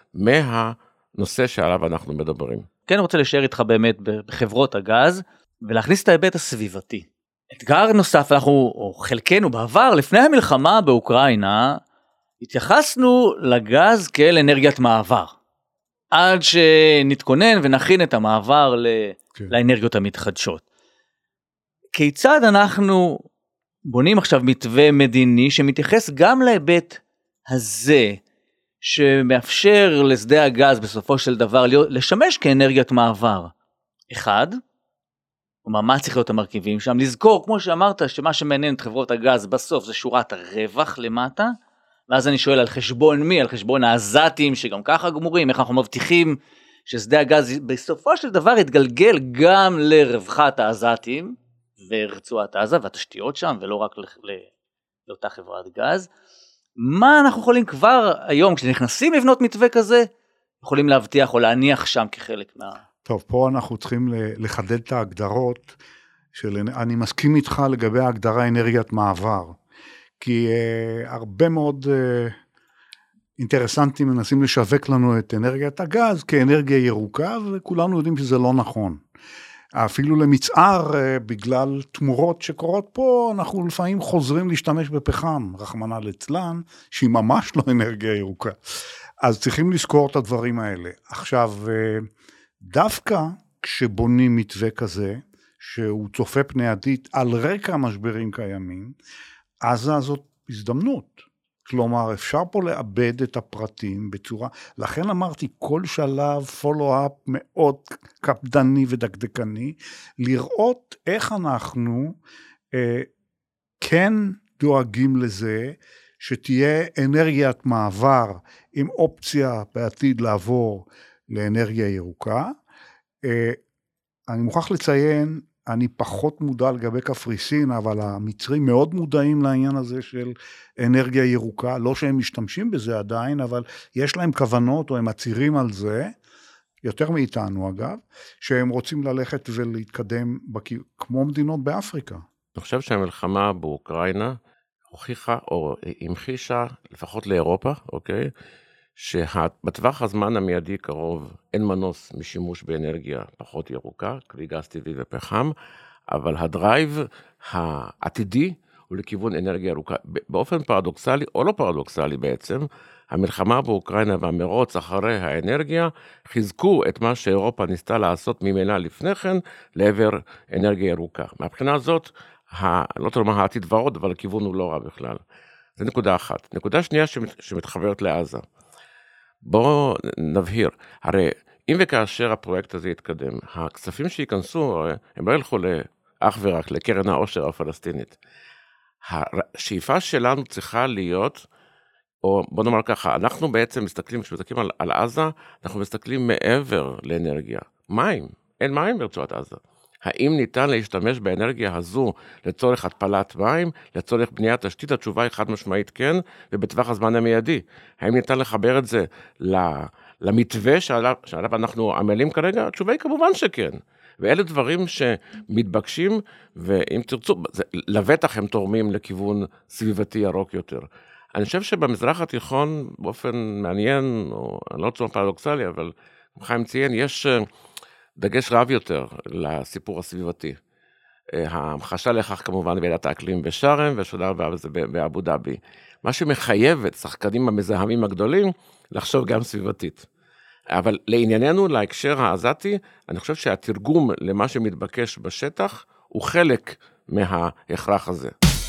מהנושא שעליו אנחנו מדברים. כן, אני רוצה להישאר איתך באמת בחברות הגז, ולהכניס את ההיבט הסביבתי. אתגר נוסף, אנחנו, או חלקנו בעבר, לפני המלחמה באוקראינה, התייחסנו לגז כאל אנרגיית מעבר, עד שנתכונן ונכין את המעבר ל... כן. לאנרגיות המתחדשות. כיצד אנחנו בונים עכשיו מתווה מדיני שמתייחס גם להיבט הזה, שמאפשר לשדה הגז בסופו של דבר לשמש כאנרגיית מעבר? אחד, ומה צריך להיות המרכיבים שם? לזכור, כמו שאמרת, שמה שמעניין את חברות הגז בסוף זה שורת הרווח למטה, ואז אני שואל על חשבון מי? על חשבון העזתים שגם ככה גמורים, איך אנחנו מבטיחים ששדה הגז בסופו של דבר יתגלגל גם לרווחת העזתים ורצועת עזה והתשתיות שם, ולא רק לאותה חברת גז. מה אנחנו יכולים כבר היום, כשנכנסים לבנות מתווה כזה, יכולים להבטיח או להניח שם כחלק מה... טוב, פה אנחנו צריכים לחדד את ההגדרות, של... אני מסכים איתך לגבי ההגדרה אנרגיית מעבר, כי uh, הרבה מאוד uh, אינטרסנטים מנסים לשווק לנו את אנרגיית הגז כאנרגיה ירוקה, וכולנו יודעים שזה לא נכון. אפילו למצער, uh, בגלל תמורות שקורות פה, אנחנו לפעמים חוזרים להשתמש בפחם, רחמנא ליצלן, שהיא ממש לא אנרגיה ירוקה. אז צריכים לזכור את הדברים האלה. עכשיו, uh, דווקא כשבונים מתווה כזה, שהוא צופה פני עתיד על רקע משברים קיימים, אז זאת הזדמנות. כלומר, אפשר פה לאבד את הפרטים בצורה, לכן אמרתי, כל שלב פולו-אפ מאוד קפדני ודקדקני, לראות איך אנחנו אה, כן דואגים לזה, שתהיה אנרגיית מעבר, עם אופציה בעתיד לעבור לאנרגיה ירוקה. אה, אני מוכרח לציין, אני פחות מודע לגבי קפריסין, אבל המצרים מאוד מודעים לעניין הזה של אנרגיה ירוקה, לא שהם משתמשים בזה עדיין, אבל יש להם כוונות, או הם מצירים על זה, יותר מאיתנו אגב, שהם רוצים ללכת ולהתקדם כמו מדינות באפריקה. אני חושב שהמלחמה באוקראינה הוכיחה, או המחישה, לפחות לאירופה, אוקיי, שבטווח הזמן המיידי קרוב אין מנוס משימוש באנרגיה פחות ירוקה, כלי גז טבעי ופחם, אבל הדרייב העתידי הוא לכיוון אנרגיה ירוקה. באופן פרדוקסלי, או לא פרדוקסלי בעצם, המלחמה באוקראינה והמרוץ אחרי האנרגיה, חיזקו את מה שאירופה ניסתה לעשות ממנה לפני כן, לעבר אנרגיה ירוקה. מהבחינה הזאת, ה, לא תאמר העתיד ורוד, אבל הכיוון הוא לא רע בכלל. זה נקודה אחת. נקודה שנייה שמת, שמתחברת לעזה. בואו נבהיר, הרי אם וכאשר הפרויקט הזה יתקדם, הכספים שיכנסו, הם לא ילכו לאך ורק לקרן העושר הפלסטינית. השאיפה שלנו צריכה להיות, או בוא נאמר ככה, אנחנו בעצם מסתכלים, כשמסתכלים על, על עזה, אנחנו מסתכלים מעבר לאנרגיה. מים, אין מים ברצועת עזה. האם ניתן להשתמש באנרגיה הזו לצורך התפלת מים, לצורך בניית תשתית? התשובה היא חד משמעית כן, ובטווח הזמן המיידי. האם ניתן לחבר את זה למתווה שעליו, שעליו אנחנו עמלים כרגע? התשובה היא כמובן שכן. ואלה דברים שמתבקשים, ואם תרצו, זה, לבטח הם תורמים לכיוון סביבתי ירוק יותר. אני חושב שבמזרח התיכון, באופן מעניין, או אני לא רוצה פרדוקסלי, אבל חיים ציין, יש דגש רב יותר לסיפור הסביבתי. ההמחשה לכך כמובן ועידת האקלים בשארם, ושודה וזה באבו דאבי. מה שמחייב את שחקנים המזהמים הגדולים, לחשוב גם סביבתית. אבל לענייננו, להקשר העזתי, אני חושב שהתרגום למה שמתבקש בשטח, הוא חלק מההכרח הזה.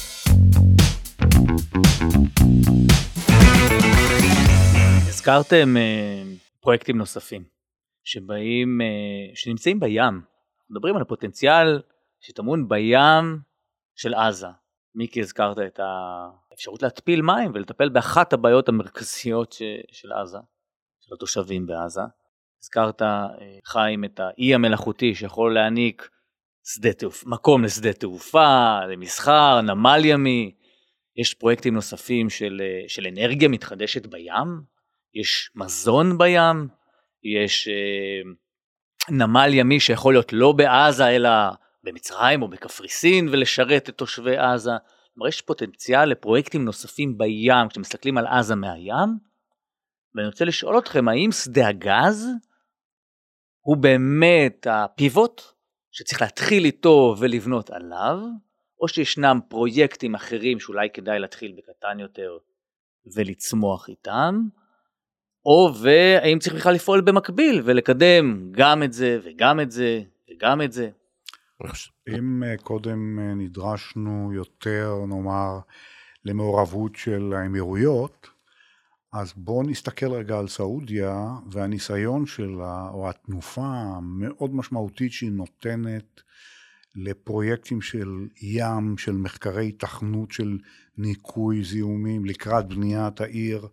הזכרתם uh, פרויקטים נוספים, שבאים, uh, שנמצאים בים. מדברים על הפוטנציאל שטמון בים של עזה. מיקי, הזכרת את האפשרות להתפיל מים ולטפל באחת הבעיות המרכזיות ש, של עזה, של התושבים בעזה. הזכרת, uh, חיים, את האי המלאכותי שיכול להעניק שדה תעופה, מקום לשדה תעופה, למסחר, נמל ימי. יש פרויקטים נוספים של, של אנרגיה מתחדשת בים, יש מזון בים, יש אה, נמל ימי שיכול להיות לא בעזה אלא במצרים או בקפריסין ולשרת את תושבי עזה. כלומר, יש פוטנציאל לפרויקטים נוספים בים, כשמסתכלים על עזה מהים, ואני רוצה לשאול אתכם, האם שדה הגז הוא באמת הפיבוט שצריך להתחיל איתו ולבנות עליו, או שישנם פרויקטים אחרים שאולי כדאי להתחיל בקטן יותר ולצמוח איתם, או והאם צריך בכלל לפעול במקביל ולקדם גם את זה וגם את זה וגם את זה. אם קודם נדרשנו יותר, נאמר, למעורבות של האמירויות, אז בואו נסתכל רגע על סעודיה והניסיון שלה, או התנופה המאוד משמעותית שהיא נותנת לפרויקטים של ים, של מחקרי תכנות, של ניקוי זיהומים, לקראת בניית העיר,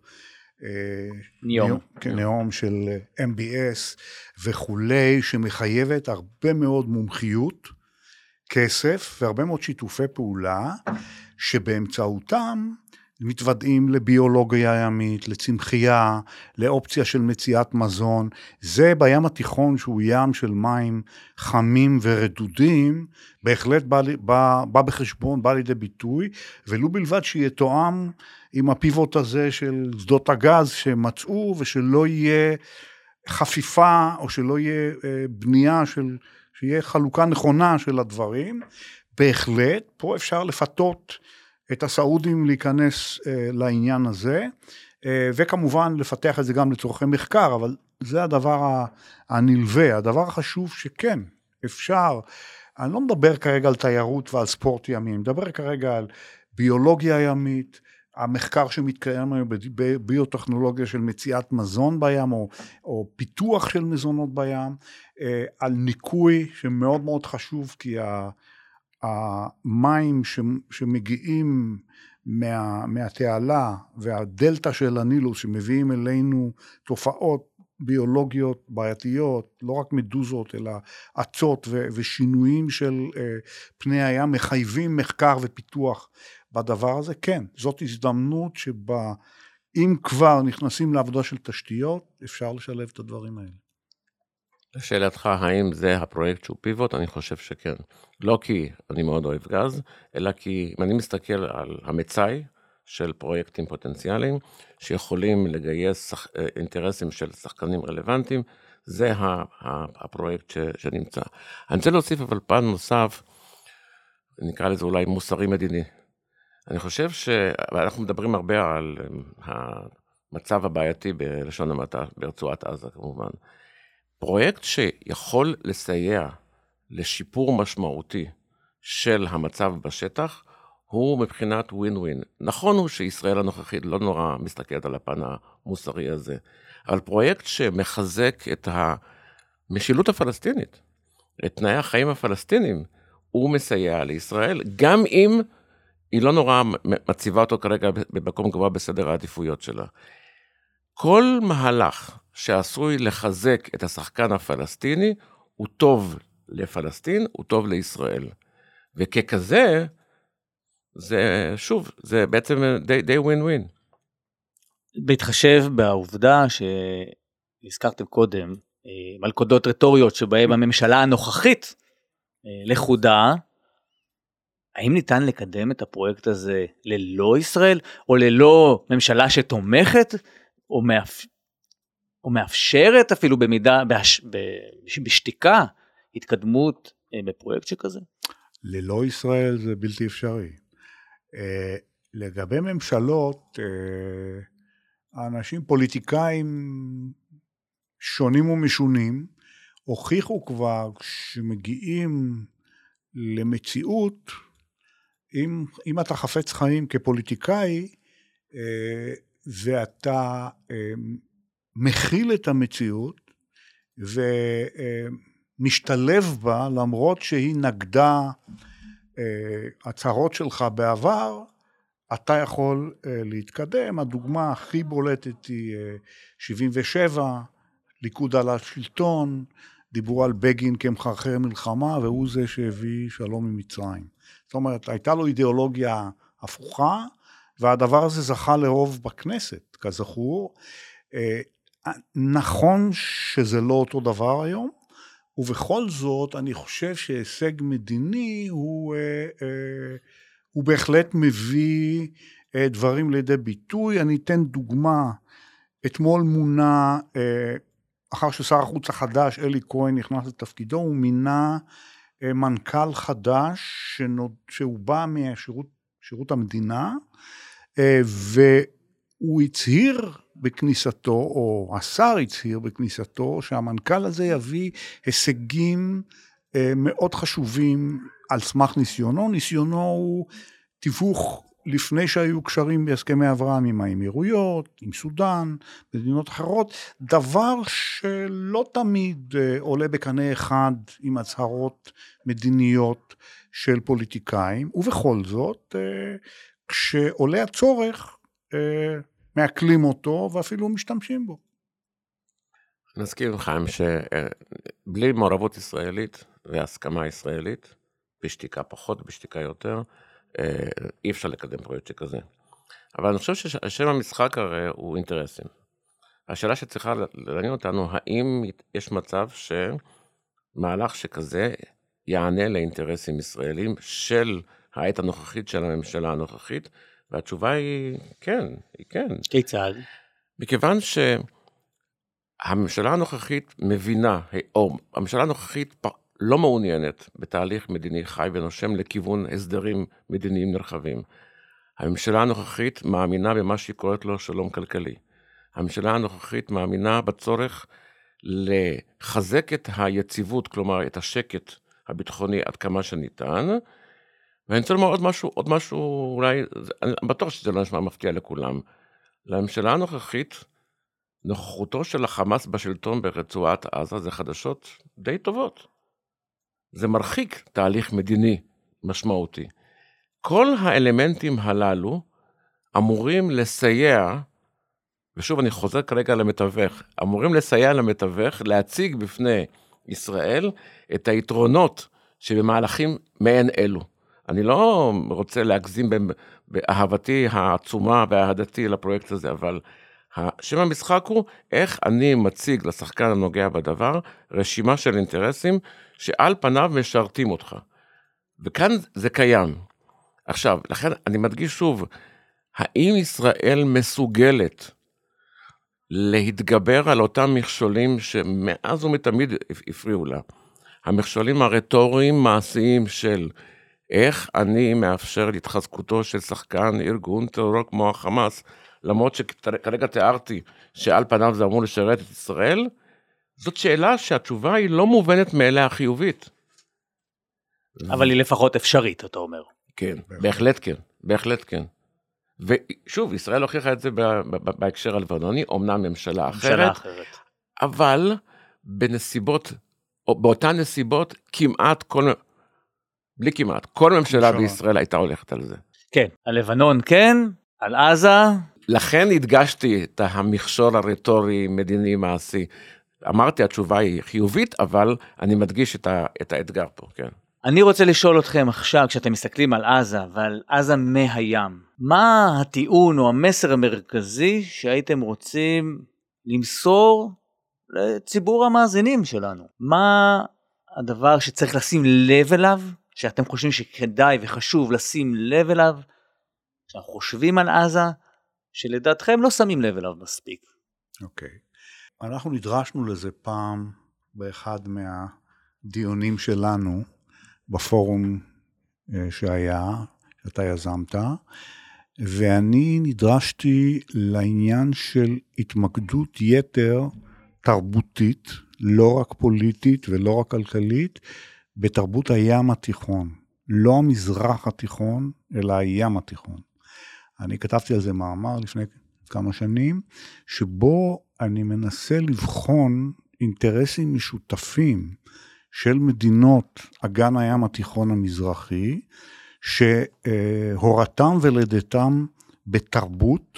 ניאום. ניאום של אם בי אס וכולי, שמחייבת הרבה מאוד מומחיות, כסף והרבה מאוד שיתופי פעולה, שבאמצעותם מתוודעים לביולוגיה ימית, לצמחייה, לאופציה של מציאת מזון. זה בים התיכון שהוא ים של מים חמים ורדודים, בהחלט בא, בא, בא בחשבון, בא לידי ביטוי, ולו בלבד שיהיה תואם עם הפיבוט הזה של שדות הגז שמצאו, ושלא יהיה חפיפה, או שלא יהיה בנייה של, שיהיה חלוקה נכונה של הדברים. בהחלט, פה אפשר לפתות את הסעודים להיכנס אה, לעניין הזה, אה, וכמובן לפתח את זה גם לצורכי מחקר, אבל זה הדבר הנלווה, הדבר החשוב שכן, אפשר, אני לא מדבר כרגע על תיירות ועל ספורט ימי, אני מדבר כרגע על ביולוגיה ימית, המחקר שמתקיים היום בביוטכנולוגיה של מציאת מזון בים, או, או פיתוח של מזונות בים, אה, על ניקוי שמאוד מאוד חשוב, כי ה... המים שמגיעים מה, מהתעלה והדלטה של הנילוס שמביאים אלינו תופעות ביולוגיות בעייתיות, לא רק מדוזות אלא עצות ו, ושינויים של פני הים, מחייבים מחקר ופיתוח בדבר הזה. כן, זאת הזדמנות שבה אם כבר נכנסים לעבודה של תשתיות, אפשר לשלב את הדברים האלה. לשאלתך, האם זה הפרויקט שהוא פיבוט? אני חושב שכן. לא כי אני מאוד אוהב גז, אלא כי אם אני מסתכל על המצאי של פרויקטים פוטנציאליים, שיכולים לגייס אינטרסים של שחקנים רלוונטיים, זה הפרויקט שנמצא. אני רוצה להוסיף אבל פן נוסף, נקרא לזה אולי מוסרי מדיני. אני חושב שאנחנו מדברים הרבה על המצב הבעייתי בלשון המעטה, ברצועת עזה כמובן. פרויקט שיכול לסייע לשיפור משמעותי של המצב בשטח, הוא מבחינת ווין ווין. נכון הוא שישראל הנוכחית לא נורא מסתכלת על הפן המוסרי הזה, אבל פרויקט שמחזק את המשילות הפלסטינית, את תנאי החיים הפלסטינים, הוא מסייע לישראל, גם אם היא לא נורא מציבה אותו כרגע במקום גבוה בסדר העדיפויות שלה. כל מהלך שעשוי לחזק את השחקן הפלסטיני, הוא טוב לפלסטין, הוא טוב לישראל. וככזה, זה שוב, זה בעצם די, די ווין ווין. בהתחשב בעובדה שהזכרתם קודם, מלכודות רטוריות שבהם הממשלה הנוכחית לחודה, האם ניתן לקדם את הפרויקט הזה ללא ישראל, או ללא ממשלה שתומכת, או, מאפ... או מאפשרת אפילו במידה, בש... בשתיקה, התקדמות בפרויקט שכזה? ללא ישראל זה בלתי אפשרי. לגבי ממשלות, האנשים פוליטיקאים שונים ומשונים, הוכיחו כבר שמגיעים למציאות, אם, אם אתה חפץ חיים כפוליטיקאי, ואתה מכיל את המציאות, ומשתלב בה, למרות שהיא נגדה הצהרות שלך בעבר, אתה יכול להתקדם. הדוגמה הכי בולטת היא שבעים ושבע, ליכוד על השלטון, דיברו על בגין כמחרחר מלחמה, והוא זה שהביא שלום ממצרים. זאת אומרת, הייתה לו אידיאולוגיה הפוכה, והדבר הזה זכה לרוב בכנסת, כזכור. נכון שזה לא אותו דבר היום, ובכל זאת אני חושב שהישג מדיני הוא, הוא בהחלט מביא דברים לידי ביטוי. אני אתן דוגמה, אתמול מונה, אחר ששר החוץ החדש אלי כהן נכנס לתפקידו, הוא מינה מנכ"ל חדש שנוד, שהוא בא מהשירות שירות המדינה, והוא הצהיר בכניסתו, או השר הצהיר בכניסתו, שהמנכ"ל הזה יביא הישגים מאוד חשובים על סמך ניסיונו. ניסיונו הוא תיווך לפני שהיו קשרים בהסכמי אברהם עם האמירויות, עם סודן, מדינות אחרות, דבר שלא תמיד עולה בקנה אחד עם הצהרות מדיניות של פוליטיקאים, ובכל זאת, כשעולה הצורך, מעכלים אותו ואפילו משתמשים בו. נזכיר לכם שבלי מעורבות ישראלית והסכמה ישראלית, בשתיקה פחות, בשתיקה יותר, אי אפשר לקדם פרויקט שכזה. אבל אני חושב ששם המשחק הרי הוא אינטרסים. השאלה שצריכה לעניין אותנו, האם יש מצב שמהלך שכזה יענה לאינטרסים ישראלים של העת הנוכחית של הממשלה הנוכחית, והתשובה היא כן, היא כן. כיצד? מכיוון שהממשלה הנוכחית מבינה, או הממשלה הנוכחית לא מעוניינת בתהליך מדיני חי ונושם לכיוון הסדרים מדיניים נרחבים. הממשלה הנוכחית מאמינה במה שהיא קוראת לו שלום כלכלי. הממשלה הנוכחית מאמינה בצורך לחזק את היציבות, כלומר את השקט הביטחוני עד כמה שניתן, ואני רוצה לומר עוד משהו, עוד משהו אולי, אני בטוח שזה לא נשמע מפתיע לכולם. לממשלה הנוכחית, נוכחותו של החמאס בשלטון ברצועת עזה זה חדשות די טובות. זה מרחיק תהליך מדיני משמעותי. כל האלמנטים הללו אמורים לסייע, ושוב אני חוזר כרגע למתווך, אמורים לסייע למתווך להציג בפני ישראל את היתרונות שבמהלכים מעין אלו. אני לא רוצה להגזים באהבתי העצומה והאהדתי לפרויקט הזה, אבל שם המשחק הוא איך אני מציג לשחקן הנוגע בדבר רשימה של אינטרסים שעל פניו משרתים אותך. וכאן זה קיים. עכשיו, לכן אני מדגיש שוב, האם ישראל מסוגלת להתגבר על אותם מכשולים שמאז ומתמיד הפריעו לה? המכשולים הרטוריים מעשיים של איך אני מאפשר להתחזקותו של שחקן ארגון טרור כמו החמאס, למרות שכרגע תיארתי שעל פניו זה אמור לשרת את ישראל, זאת שאלה שהתשובה היא לא מובנת מאליה חיובית. אבל היא לפחות אפשרית, אתה אומר. כן, בהחלט כן, בהחלט כן. ושוב, ישראל הוכיחה את זה בהקשר הלבנוני, אומנם ממשלה אחרת, אבל בנסיבות, או באותן נסיבות, כמעט כל, בלי כמעט, כל ממשלה בישראל הייתה הולכת על זה. כן, על לבנון כן, על עזה. לכן הדגשתי את המכשול הרטורי, מדיני, מעשי. אמרתי, התשובה היא חיובית, אבל אני מדגיש את, ה, את האתגר פה, כן. אני רוצה לשאול אתכם עכשיו, כשאתם מסתכלים על עזה, ועל עזה מהים, מה הטיעון או המסר המרכזי שהייתם רוצים למסור לציבור המאזינים שלנו? מה הדבר שצריך לשים לב אליו, שאתם חושבים שכדאי וחשוב לשים לב אליו, שאנחנו חושבים על עזה, שלדעתכם לא שמים לב אליו מספיק? אוקיי. Okay. אנחנו נדרשנו לזה פעם באחד מהדיונים שלנו, בפורום שהיה, שאתה יזמת, ואני נדרשתי לעניין של התמקדות יתר תרבותית, לא רק פוליטית ולא רק כלכלית, בתרבות הים התיכון, לא המזרח התיכון, אלא הים התיכון. אני כתבתי על זה מאמר לפני כמה שנים, שבו אני מנסה לבחון אינטרסים משותפים, של מדינות אגן הים התיכון המזרחי, שהורתם ולידתם בתרבות,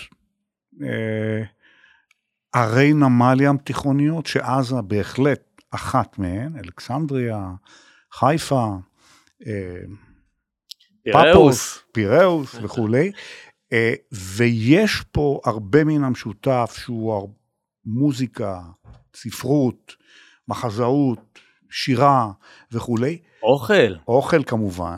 ערי נמל ים תיכוניות, שעזה בהחלט אחת מהן, אלכסנדריה, חיפה, פאפוס, פיראוס וכו'. ויש פה הרבה מן המשותף, שהוא מוזיקה, ספרות, מחזאות, שירה וכולי. אוכל. אוכל כמובן.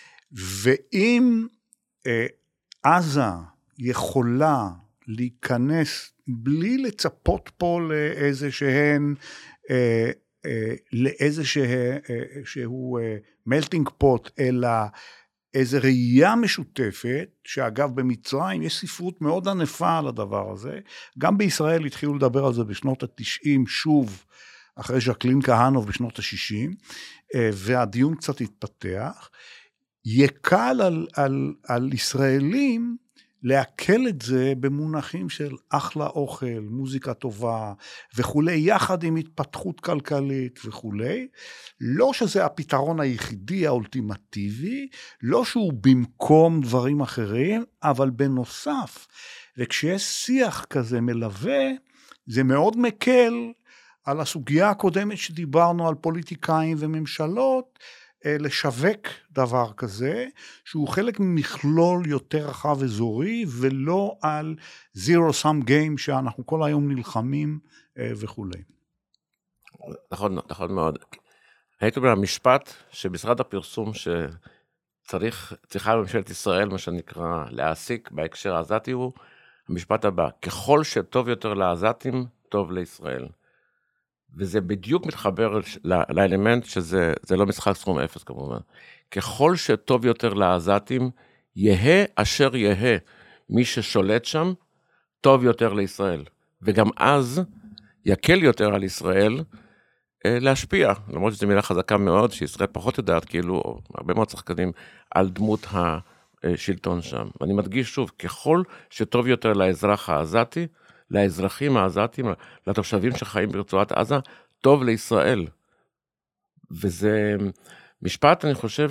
ואם אה, עזה יכולה להיכנס בלי לצפות פה לאיזה שהן, אה, אה, לאיזה שה, אה, שהוא אה, מלטינג פוט, אלא איזו ראייה משותפת, שאגב במצרים יש ספרות מאוד ענפה על הדבר הזה, גם בישראל התחילו לדבר על זה בשנות התשעים שוב, אחרי ז'קלין כהנוב בשנות ה-שישים, והדיון קצת התפתח, יקל על, על, על ישראלים להקל את זה במונחים של אחלה אוכל, מוזיקה טובה וכולי, יחד עם התפתחות כלכלית וכולי, לא שזה הפתרון היחידי האולטימטיבי, לא שהוא במקום דברים אחרים, אבל בנוסף, וכשיש שיח כזה מלווה, זה מאוד מקל, על הסוגיה הקודמת שדיברנו על פוליטיקאים וממשלות, לשווק דבר כזה, שהוא חלק ממכלול יותר רחב אזורי, ולא על zero sum game שאנחנו כל היום נלחמים וכו'. נכון, נכון מאוד. הייתי אומר, המשפט שמשרד הפרסום שצריך, צריכה ממשלת ישראל, מה שנקרא, להעסיק בהקשר העזתי הוא, המשפט הבא, ככל שטוב יותר לעזתים, טוב לישראל. וזה בדיוק מתחבר לאלמנט שזה זה לא משחק סכום אפס כמובן. ככל שטוב יותר לעזתים, יהה אשר יהה מי ששולט שם, טוב יותר לישראל. וגם אז יקל יותר על ישראל אה, להשפיע, למרות שזו מילה חזקה מאוד, שישראל פחות יודעת, כאילו, או הרבה מאוד שחקנים, על דמות השלטון שם. ואני מדגיש שוב, ככל שטוב יותר לאזרח העזתי, לאזרחים העזתים, לתושבים שחיים ברצועת עזה, טוב לישראל. וזה משפט, אני חושב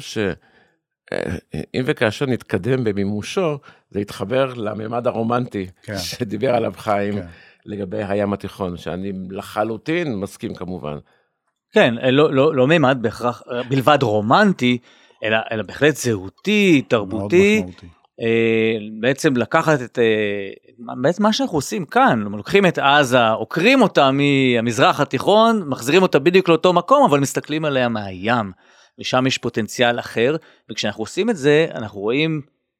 שאם וכאשר נתקדם במימושו, זה יתחבר לממד הרומנטי, כן. שדיבר עליו חיים, כן. לגבי הים התיכון, שאני לחלוטין מסכים כמובן. כן, לא, לא, לא ממד בהכרח, בלבד רומנטי, אלא, אלא בהחלט זהותי, תרבותי, מאוד משמעותי. בעצם לקחת את בעצם מה שאנחנו עושים כאן, לוקחים את עזה, עוקרים אותה מהמזרח התיכון, מחזירים אותה בדיוק לאותו מקום, אבל מסתכלים עליה מהים, ושם יש פוטנציאל אחר, וכשאנחנו עושים את זה, אנחנו רואים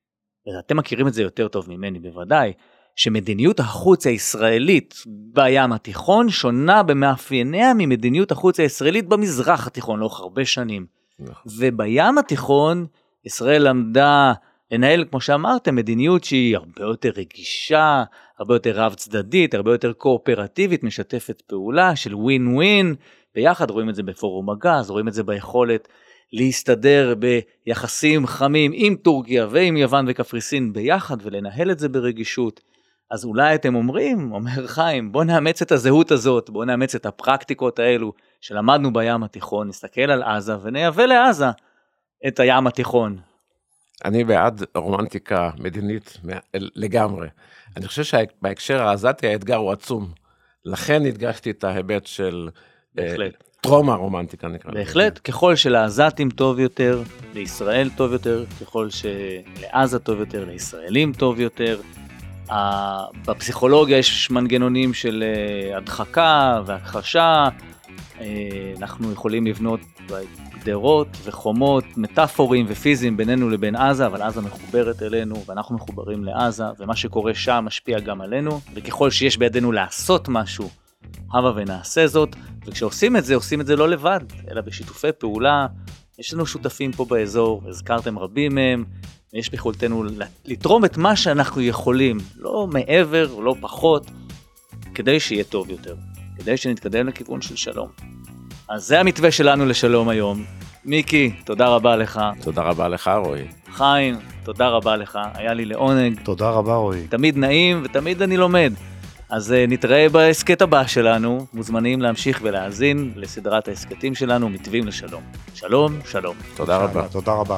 אתם מכירים את זה יותר טוב ממני בוודאי, שמדיניות החוץ הישראלית בים התיכון שונה במאפייניה ממדיניות החוץ הישראלית במזרח התיכון לאורך הרבה שנים. ובים התיכון ישראל למדה לנהל, כמו שאמרתם, מדיניות שהיא הרבה יותר רגישה, הרבה יותר רב צדדית, הרבה יותר קואופרטיבית, משתפת פעולה של ווין ווין, ביחד רואים את זה בפורום הגז, רואים את זה ביכולת להסתדר ביחסים חמים עם טורקיה ועם יוון וקפריסין ביחד, ולנהל את זה ברגישות. אז אולי אתם אומרים, אומר חיים, בוא נאמץ את הזהות הזאת, בוא נאמץ את הפרקטיקות האלו שלמדנו בים התיכון, נסתכל על עזה ונייבא לעזה את הים התיכון. אני בעד רומנטיקה מדינית לגמרי. אני חושב שבהקשר העזתי האתגר הוא עצום. לכן הדגשתי את ההיבט של טרום הרומנטיקה נקרא. בהחלט, ככל שלעזתים טוב יותר, לישראל טוב יותר, ככל שלעזה טוב יותר, לישראלים טוב יותר. בפסיכולוגיה יש מנגנונים של הדחקה והכחשה, אנחנו יכולים לבנות גדרות וחומות, מטאפורים ופיזיים בינינו לבין עזה, אבל עזה מחוברת אלינו ואנחנו מחוברים לעזה, ומה שקורה שם משפיע גם עלינו, וככל שיש בידינו לעשות משהו, הבה ונעשה זאת, וכשעושים את זה, עושים את זה לא לבד, אלא בשיתופי פעולה. יש לנו שותפים פה באזור, הזכרתם רבים מהם, ויש ביכולתנו לתרום את מה שאנחנו יכולים, לא מעבר, לא פחות, כדי שיהיה טוב יותר, כדי שנתקדם לכיוון של שלום. אז זה המתווה שלנו לשלום היום. מיקי, תודה רבה לך. תודה רבה לך, רועי. חיים, תודה רבה לך, היה לי לעונג. תודה רבה, רועי. תמיד נעים ותמיד אני לומד. אז נתראה בעסקת הבא שלנו, מוזמנים להמשיך ולהאזין לסדרת העסקתים שלנו, מתווים לשלום. שלום, שלום. תודה רבה. תודה רבה.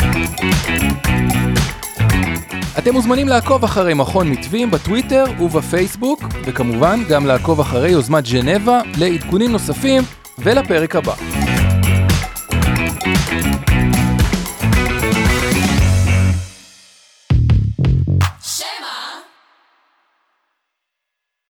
אתם מוזמנים לעקוב אחרי מכון מתווים בטוויטר ובפייסבוק, וכמובן גם לעקוב אחרי יוזמת ז'נבה לעדכונים נוספים ולפרק הבא.